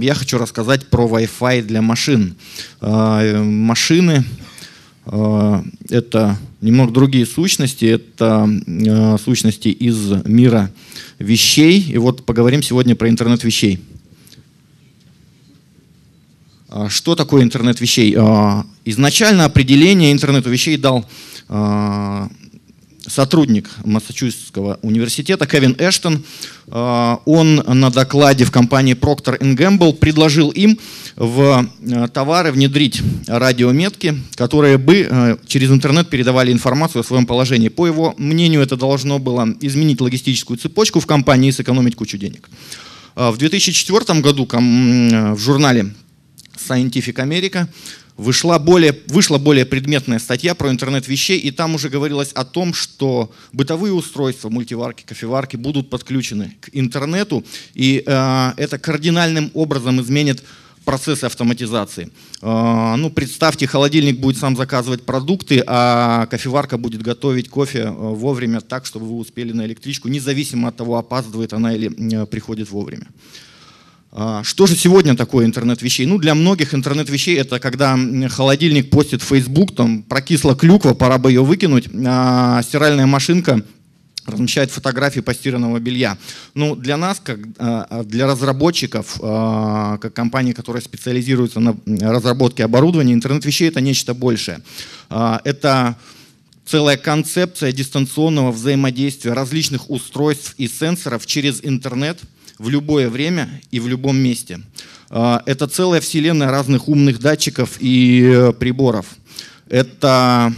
Я хочу рассказать про Wi-Fi для машин. Машины — это немного другие сущности, это сущности из мира вещей. И вот поговорим сегодня про интернет вещей. Что такое интернет вещей? Изначально определение интернету вещей дал сотрудник Массачусетского университета Кевин Эштон. Он на докладе в компании Procter & Gamble предложил им в товары внедрить радиометки, которые бы через интернет передавали информацию о своем положении. По его мнению, это должно было изменить логистическую цепочку в компании и сэкономить кучу денег. В 2004 году в журнале Scientific America вышла более предметная статья про интернет вещей, и там уже говорилось о том, что бытовые устройства, мультиварки, кофеварки будут подключены к интернету, и это кардинальным образом изменит процессы автоматизации. Представьте, холодильник будет сам заказывать продукты, а кофеварка будет готовить кофе вовремя так, чтобы вы успели на электричку, независимо от того, опаздывает она или приходит вовремя. Что же сегодня такое интернет вещей? Для многих интернет вещей — это когда холодильник постит в Facebook, там прокисла клюква, пора бы ее выкинуть, а стиральная машинка размещает фотографии постиранного белья. Для нас, для разработчиков, как компании, которые специализируются на разработке оборудования, интернет вещей — это нечто большее. Это целая концепция дистанционного взаимодействия различных устройств и сенсоров через интернет в любое время и в любом месте. Это целая вселенная разных умных датчиков и приборов. Это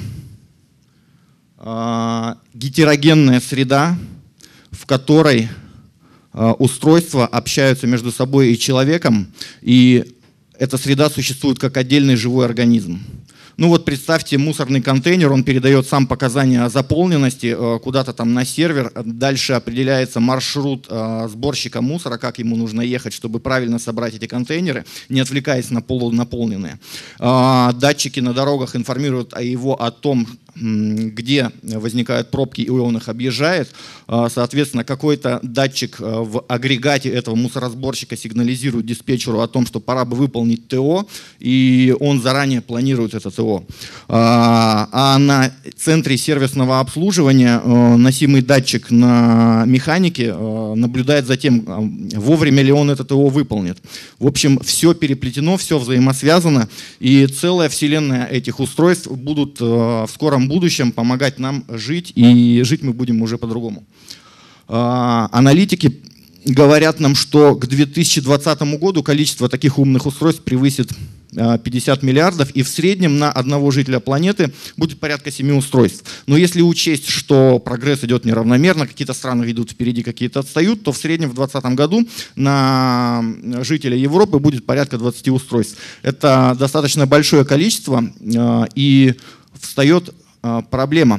гетерогенная среда, в которой устройства общаются между собой и человеком, и эта среда существует как отдельный живой организм. Представьте мусорный контейнер, он передает сам показания о заполненности куда-то там на сервер, дальше определяется маршрут сборщика мусора, как ему нужно ехать, чтобы правильно собрать эти контейнеры, не отвлекаясь на полунаполненные. Датчики на дорогах информируют его о том, где возникают пробки, и он их объезжает. Соответственно, какой-то датчик в агрегате этого мусоросборщика сигнализирует диспетчеру о том, что пора бы выполнить ТО, и он заранее планирует это ТО. А на центре сервисного обслуживания носимый датчик на механике наблюдает за тем, вовремя ли он это ТО выполнит. В общем, все переплетено, все взаимосвязано, и целая вселенная этих устройств будут в скором будущем помогать нам жить, и жить мы будем уже по-другому. Аналитики говорят нам, что к 2020 году количество таких умных устройств превысит 50 миллиардов, и в среднем на одного жителя планеты будет порядка 7 устройств. Но если учесть, что прогресс идет неравномерно, какие-то страны идут впереди, какие-то отстают, то в среднем в 2020 году на жителя Европы будет порядка 20 устройств. Это достаточно большое количество, и встает проблема.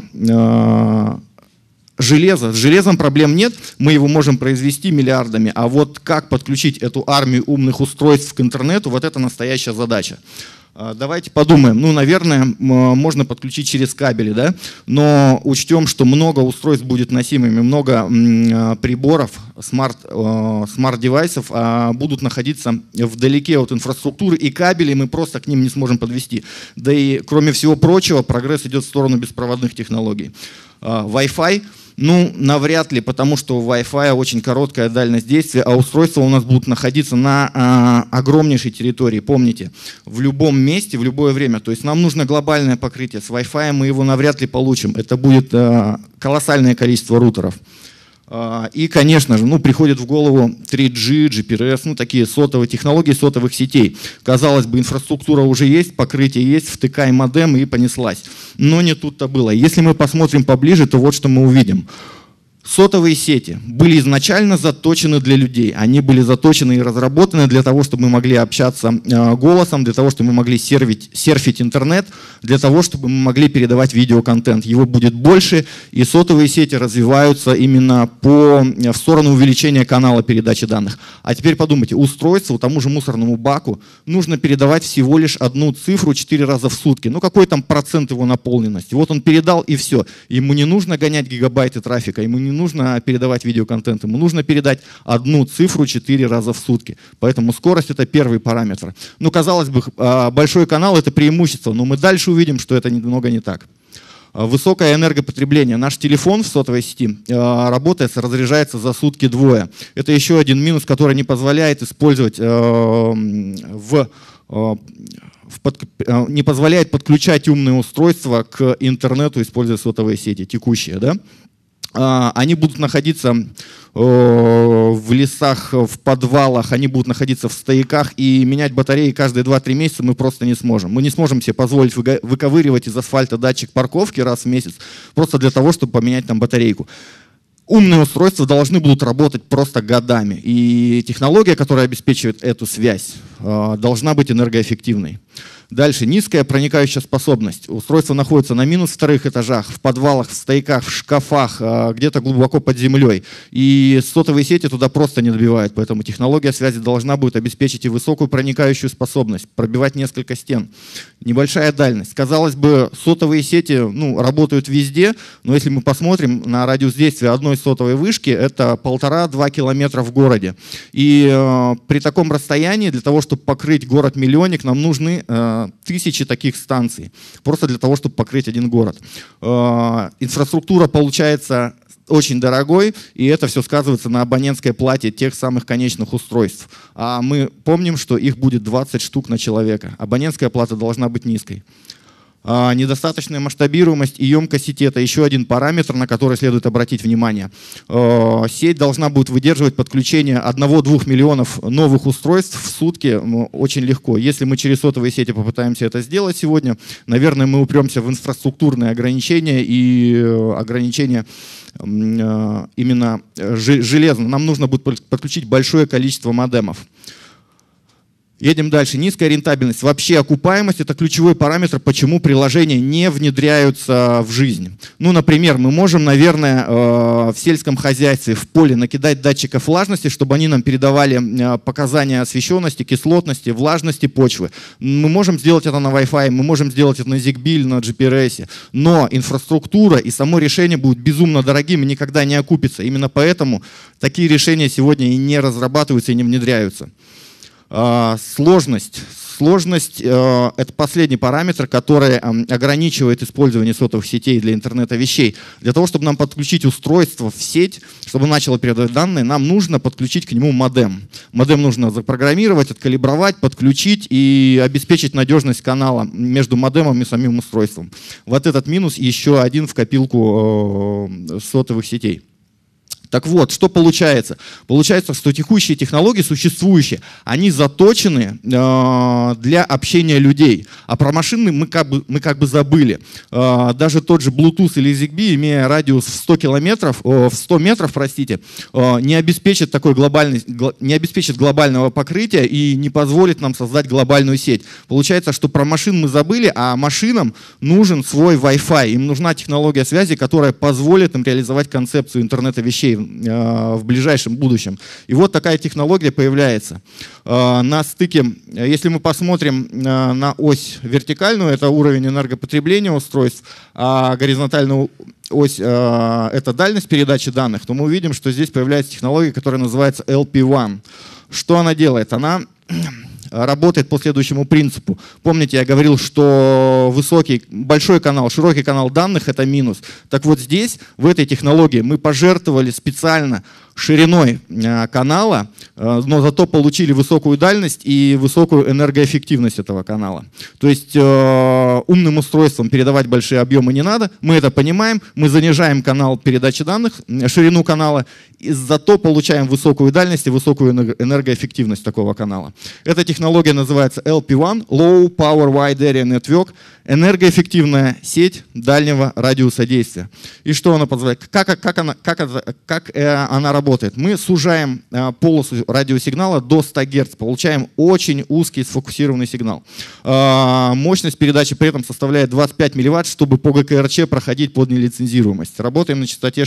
С железом проблем нет, мы его можем произвести миллиардами, а вот как подключить эту армию умных устройств к интернету, вот это настоящая задача. Давайте подумаем. Наверное, можно подключить через кабели, да? Но учтем, что много устройств будет носимыми, много приборов, смарт-девайсов будут находиться вдалеке от инфраструктуры, и кабели мы просто к ним не сможем подвести. Да и, кроме всего прочего, прогресс идет в сторону беспроводных технологий. Wi-Fi, навряд ли, потому что у Wi-Fi очень короткая дальность действия, а устройства у нас будут находиться на огромнейшей территории. Помните, в любом месте, в любое время. То есть нам нужно глобальное покрытие. С Wi-Fi мы его навряд ли получим. Это будет колоссальное количество рутеров. И, конечно же, приходит в голову 3G, GPRS, такие сотовые технологии сотовых сетей. Казалось бы, инфраструктура уже есть, покрытие есть, втыкай модем и понеслась. Но не тут-то было. Если мы посмотрим поближе, то вот что мы увидим. Сотовые сети были изначально заточены для людей. Они были заточены и разработаны для того, чтобы мы могли общаться голосом, для того, чтобы мы могли серфить интернет, для того, чтобы мы могли передавать видеоконтент. Его будет больше, и сотовые сети развиваются именно в сторону увеличения канала передачи данных. А теперь подумайте, устройству, тому же мусорному баку, нужно передавать всего лишь одну цифру 4 раза в сутки. Какой там процент его наполненности? Вот он передал, и все. Ему не нужно гонять гигабайты трафика, ему не нужно передавать видеоконтент, ему нужно передать одну цифру 4 раза в сутки. Поэтому скорость — это первый параметр. Ну, казалось бы, большой канал — это преимущество, но мы дальше увидим, что это немного не так. Высокое энергопотребление. Наш телефон в сотовой сети работает, разряжается за сутки двое. Это еще один минус, который не позволяет использовать не позволяет подключать умные устройства к интернету, используя сотовые сети текущие. Да? Они будут находиться в лесах, в подвалах, они будут находиться в стояках, и менять батареи каждые 2-3 месяца мы просто не сможем. Мы не сможем себе позволить выковыривать из асфальта датчик парковки раз в месяц, просто для того, чтобы поменять там батарейку. Умные устройства должны будут работать просто годами, и технология, которая обеспечивает эту связь, должна быть энергоэффективной. Дальше, низкая проникающая способность. Устройство находится на минус вторых этажах, в подвалах, в стояках, в шкафах, где-то глубоко под землей. И сотовые сети туда просто не добивают, поэтому технология связи должна будет обеспечить и высокую проникающую способность, пробивать несколько стен. Небольшая дальность. Казалось бы, сотовые сети работают везде, но если мы посмотрим на радиус действия одной сотовой вышки, это 1,5–2 километра в городе. И при таком расстоянии, для того, чтобы покрыть город-миллионник, нам нужны тысячи таких станций, просто для того, чтобы покрыть один город. Инфраструктура получается очень дорогой, и это все сказывается на абонентской плате тех самых конечных устройств. А мы помним, что их будет 20 штук на человека. Абонентская плата должна быть низкой. Недостаточная масштабируемость и емкость сети — это еще один параметр, на который следует обратить внимание. Сеть должна будет выдерживать подключение 1–2 миллионов новых устройств в сутки очень легко. Если мы через сотовые сети попытаемся это сделать сегодня, наверное, мы упремся в инфраструктурные ограничения и ограничения именно железно. Нам нужно будет подключить большое количество модемов. Едем дальше. Низкая рентабельность. Вообще окупаемость — это ключевой параметр, почему приложения не внедряются в жизнь. Ну, например, мы можем, наверное, в сельском хозяйстве в поле накидать датчиков влажности, чтобы они нам передавали показания освещенности, кислотности, влажности почвы. Мы можем сделать это на Wi-Fi, мы можем сделать это на ZigBee или на GPRS, но инфраструктура и само решение будут безумно дорогими и никогда не окупится. Именно поэтому такие решения сегодня и не разрабатываются, и не внедряются. Сложность. Сложность — это последний параметр, который ограничивает использование сотовых сетей для интернета вещей. Для того, чтобы нам подключить устройство в сеть, чтобы начало передавать данные, нам нужно подключить к нему модем. Модем нужно запрограммировать, откалибровать, подключить и обеспечить надежность канала между модемом и самим устройством. Вот этот минус еще один в копилку сотовых сетей. Так вот, что получается? Получается, что текущие технологии, существующие, они заточены для общения людей. А про машины мы как бы забыли. Даже тот же Bluetooth или ZigBee, имея радиус в 100 метров, не обеспечит глобального покрытия и не позволит нам создать глобальную сеть. Получается, что про машин мы забыли, а машинам нужен свой Wi-Fi. Им нужна технология связи, которая позволит им реализовать концепцию интернета вещей в ближайшем будущем. И вот такая технология появляется. На стыке, если мы посмотрим на ось вертикальную, это уровень энергопотребления устройств, а горизонтальную ось — это дальность передачи данных, то мы увидим, что здесь появляется технология, которая называется LPWAN. Что она делает? Она работает по следующему принципу. Помните, я говорил, что большой канал, широкий канал данных — это минус. Так вот здесь, в этой технологии, мы пожертвовали специально шириной канала, но зато получили высокую дальность и высокую энергоэффективность этого канала. То есть умным устройствам передавать большие объемы не надо, мы это понимаем, мы занижаем канал передачи данных, ширину канала, и зато получаем высокую дальность и высокую энергоэффективность такого канала. Эта технология называется LPWAN, Low Power Wide Area Network, энергоэффективная сеть дальнего радиуса действия. И что она позволяет? Как она работает? Мы сужаем полосу радиосигнала до 100 Гц, получаем очень узкий сфокусированный сигнал. Мощность передачи при этом составляет 25 милливатт, чтобы по ГКРЧ проходить под нелицензируемость. Работаем на частоте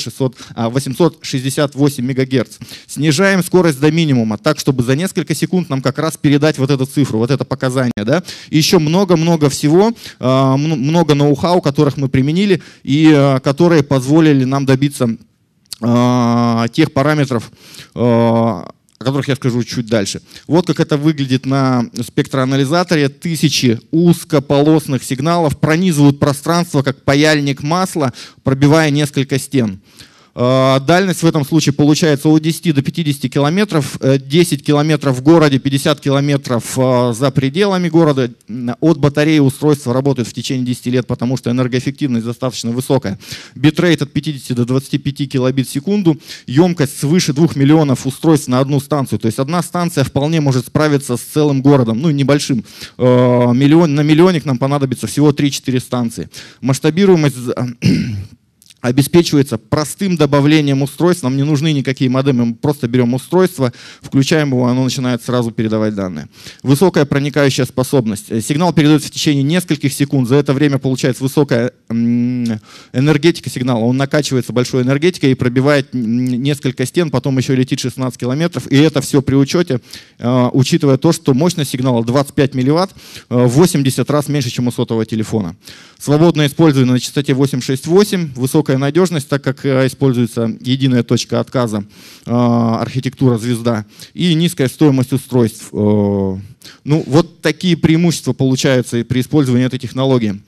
868 МГц. Снижаем скорость до минимума, так, чтобы за несколько секунд нам как раз передать вот эту цифру, вот это показание. Да? И еще много-много всего, много ноу-хау, которых мы применили и которые позволили нам добиться тех параметров, о которых я скажу чуть дальше. Вот как это выглядит на спектроанализаторе. Тысячи узкополосных сигналов пронизывают пространство, как паяльник масла, пробивая несколько стен. Дальность в этом случае получается от 10 до 50 километров, 10 километров в городе, 50 километров за пределами города. От батареи устройства работают в течение 10 лет, потому что энергоэффективность достаточно высокая. Битрейт от 50 до 25 килобит в секунду, емкость свыше 2 миллионов устройств на одну станцию. То есть одна станция вполне может справиться с целым городом, ну небольшим. На миллионник нам понадобится всего 3-4 станции. Масштабируемость обеспечивается простым добавлением устройств. Нам не нужны никакие модемы, мы просто берем устройство, включаем его, оно начинает сразу передавать данные. Высокая проникающая способность. Сигнал передается в течение нескольких секунд. За это время получается высокая энергетика сигнала. Он накачивается большой энергетикой и пробивает несколько стен, потом еще летит 16 километров. И это все при учете, учитывая то, что мощность сигнала 25 милливатт, 80 раз меньше, чем у сотового телефона. Свободное использование на частоте 868, высокая надежность, так как используется единая точка отказа, архитектура звезда, и низкая стоимость устройств. Ну, вот такие преимущества получаются при использовании этой технологии.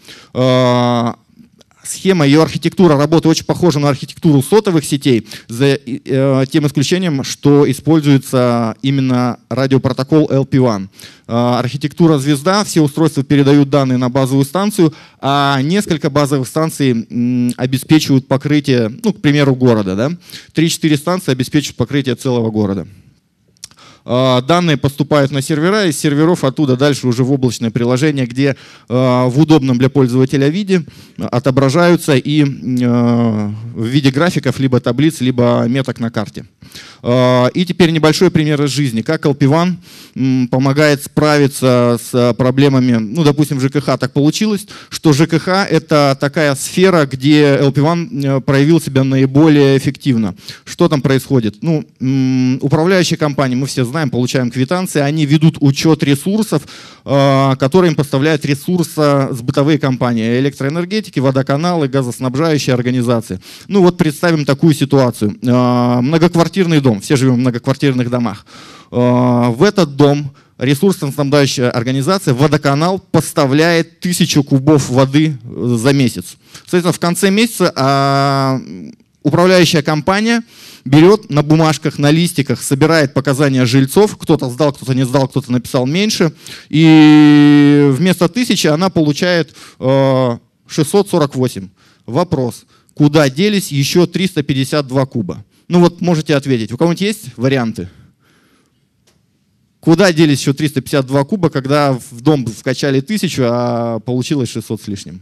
Схема, ее архитектура работы очень похожа на архитектуру сотовых сетей, за тем исключением, что используется именно радиопротокол LPWAN. Архитектура звезда, все устройства передают данные на базовую станцию, а несколько базовых станций обеспечивают покрытие, ну, к примеру, города. Да? 3-4 станции обеспечивают покрытие целого города. Данные поступают на сервера, из серверов оттуда дальше уже в облачное приложение, где в удобном для пользователя виде отображаются и в виде графиков, либо таблиц, либо меток на карте. И теперь небольшой пример из жизни. Как LPWAN помогает справиться с проблемами, ну, допустим, в ЖКХ так получилось, что ЖКХ — это такая сфера, где LPWAN проявил себя наиболее эффективно. Что там происходит? Ну, управляющие компании, мы все знаем, получаем квитанции, они ведут учет ресурсов, которые им поставляют ресурсы с бытовые компании, электроэнергетики, водоканалы, газоснабжающие организации. Ну вот представим такую ситуацию. Многоквартирный дом, все живем в многоквартирных домах. В этот дом ресурсоснабжающая организация, водоканал, поставляет 1000 кубов воды за месяц. Соответственно, в конце месяца управляющая компания берет на бумажках, на листиках, собирает показания жильцов, кто-то сдал, кто-то не сдал, кто-то написал меньше, и вместо 1000 она получает 648. Вопрос: куда делись еще 352 куба? Ну вот можете ответить. У кого-нибудь есть варианты? Куда делись еще 352 куба, когда в дом вкачали 1000, а получилось 600 с лишним?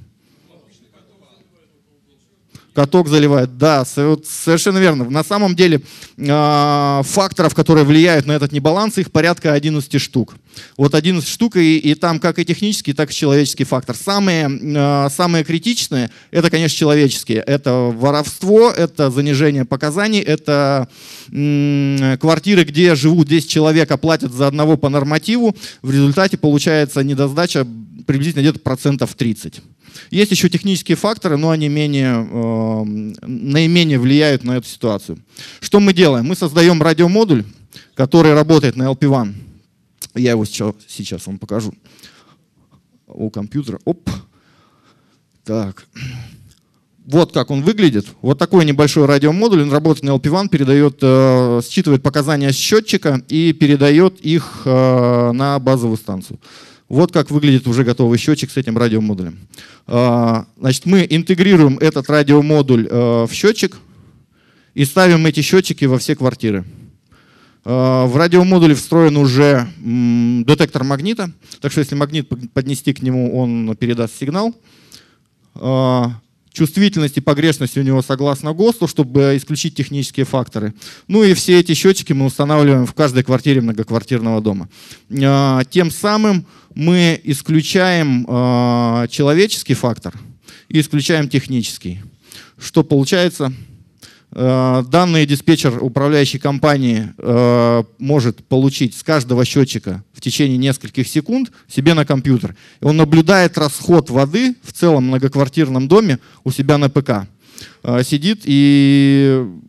Каток заливает, да, совершенно верно. На самом деле факторов, которые влияют на этот небаланс, их порядка 11 штук. Вот 11 штук, и там как и технический, так и человеческий фактор. Самые критичные — это, конечно, человеческие. Это воровство, это занижение показаний, это квартиры, где живут 10 человек, а платят за одного по нормативу. В результате получается недосдача приблизительно где-то 30%. Есть еще технические факторы, но они наименее влияют на эту ситуацию. Что мы делаем? Мы создаем радиомодуль, который работает на LPWAN. Я его сейчас вам покажу. У компьютера. Оп. Так. Вот как он выглядит. Вот такой небольшой радиомодуль. Он работает на LPWAN, считывает показания счетчика и передает их на базовую станцию. Вот как выглядит уже готовый счетчик с этим радиомодулем. Значит, мы интегрируем этот радиомодуль в счетчик и ставим эти счетчики во все квартиры. В радиомодуле встроен уже детектор магнита, так что если магнит поднести к нему, он передаст сигнал. Чувствительность и погрешность у него согласно ГОСТу, чтобы исключить технические факторы. Ну и все эти счетчики мы устанавливаем в каждой квартире многоквартирного дома. Тем самым мы исключаем человеческий фактор и исключаем технический. Что получается? Данные диспетчер управляющей компании может получить с каждого счетчика в течение нескольких секунд себе на компьютер. И он наблюдает расход воды в целом многоквартирном доме у себя на ПК. Сидит и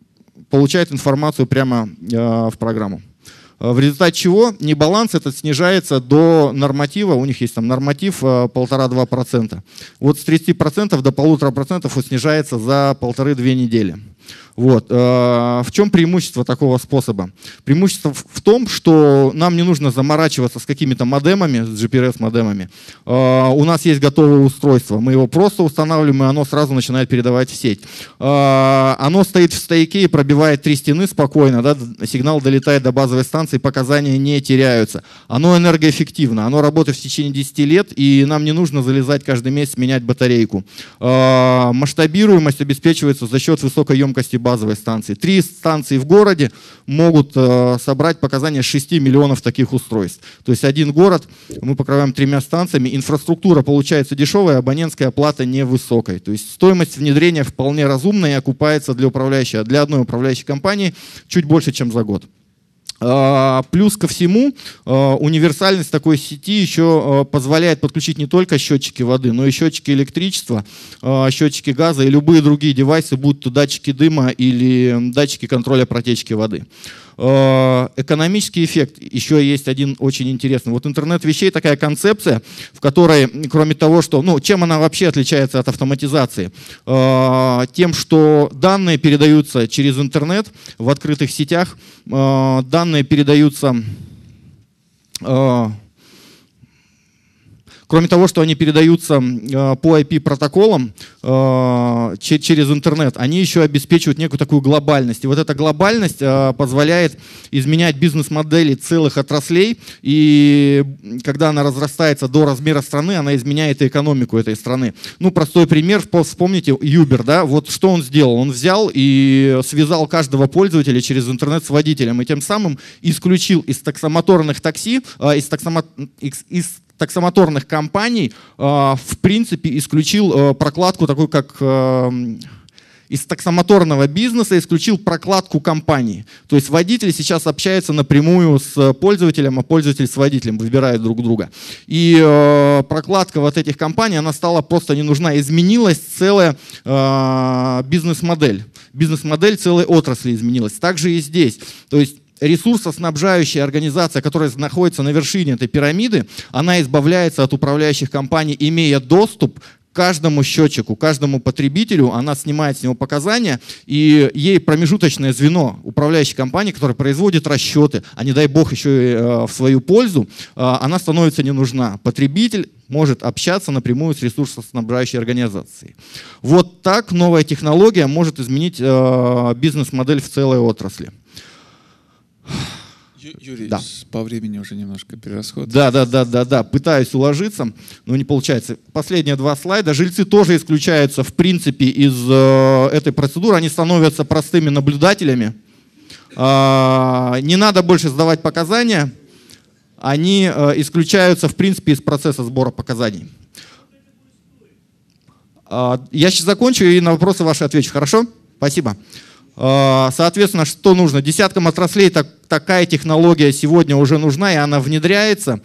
получает информацию прямо в программу. В результате чего небаланс этот снижается до норматива, у них есть там норматив 1,5–2%. Вот с 30% до 1,5% он снижается за 1,5–2 недели. Вот. В чем преимущество такого способа? Преимущество в том, что нам не нужно заморачиваться с какими-то модемами, с GPRS-модемами. У нас есть готовое устройство, мы его просто устанавливаем, и оно сразу начинает передавать в сеть. Оно стоит в стейке и пробивает 3 стены спокойно, да? Сигнал долетает до базовой станции, показания не теряются. Оно энергоэффективно, оно работает в течение 10 лет, и нам не нужно залезать каждый месяц, менять батарейку. Масштабируемость обеспечивается за счет высокой емкости базовой станции. 3 станции в городе могут собрать показания 6 миллионов таких устройств. То есть один город мы покрываем 3 станциями. Инфраструктура получается дешевая, абонентская плата невысокой. То есть стоимость внедрения вполне разумная и окупается для управляющей, для одной управляющей компании чуть больше, чем за год. Плюс ко всему, универсальность такой сети еще позволяет подключить не только счетчики воды, но и счетчики электричества, счетчики газа и любые другие девайсы, будь то датчики дыма или датчики контроля протечки воды. Экономический эффект еще есть один очень интересный. Вот интернет вещей такая концепция, в которой, кроме того, что, чем она вообще отличается от автоматизации? Тем, что данные передаются через интернет в открытых сетях, данные передаются... Кроме того, что они передаются по IP-протоколам через интернет, они еще обеспечивают некую такую глобальность. И вот эта глобальность позволяет изменять бизнес-модели целых отраслей. И когда она разрастается до размера страны, она изменяет и экономику этой страны. Простой пример, вспомните Uber, да? Вот что он сделал? Он взял и связал каждого пользователя через интернет с водителем. И тем самым исключил из таксомоторных такси, из таксомоторных компаний, в принципе, исключил прокладку такой, как из таксомоторного бизнеса исключил прокладку компании. То есть водитель сейчас общается напрямую с пользователем, а пользователь с водителем, выбирают друг друга. И прокладка вот этих компаний, она стала просто не нужна. Изменилась целая бизнес-модель. Бизнес-модель целой отрасли изменилась. Также и здесь. То есть ресурсоснабжающая организация, которая находится на вершине этой пирамиды, она избавляется от управляющих компаний, имея доступ к каждому счетчику, каждому потребителю, она снимает с него показания, и ей промежуточное звено управляющей компании, которая производит расчеты, а не дай бог еще и в свою пользу, она становится не нужна. Потребитель может общаться напрямую с ресурсоснабжающей организацией. Вот так новая технология может изменить бизнес-модель в целой отрасли. Юрий, да. По времени уже немножко перерасход. Да. Пытаюсь уложиться, но не получается. Последние 2 слайда. Жильцы тоже исключаются, в принципе, из этой процедуры. Они становятся простыми наблюдателями. Не надо больше сдавать показания. Они исключаются, в принципе, из процесса сбора показаний. Я сейчас закончу и на вопросы ваши отвечу. Хорошо? Спасибо. Соответственно, что нужно? Десяткам отраслей такая технология сегодня уже нужна, и она внедряется.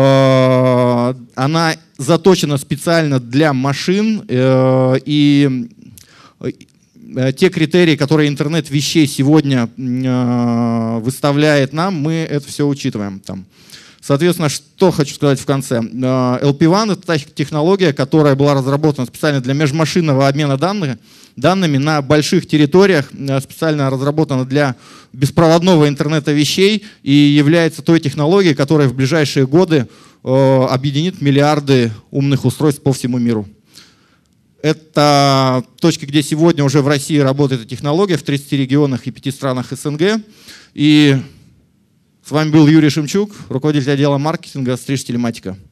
Она заточена специально для машин, и те критерии, которые интернет вещей сегодня выставляет нам, мы это все учитываем там. Соответственно, что хочу сказать в конце. LPWAN — это технология, которая была разработана специально для межмашинного обмена данными на больших территориях, специально разработана для беспроводного интернета вещей и является той технологией, которая в ближайшие годы объединит миллиарды умных устройств по всему миру. Это точки, где сегодня уже в России работает эта технология, в 30 регионах и 5 странах СНГ. И с вами был Юрий Шемчук, руководитель отдела маркетинга «Стриж Телематика».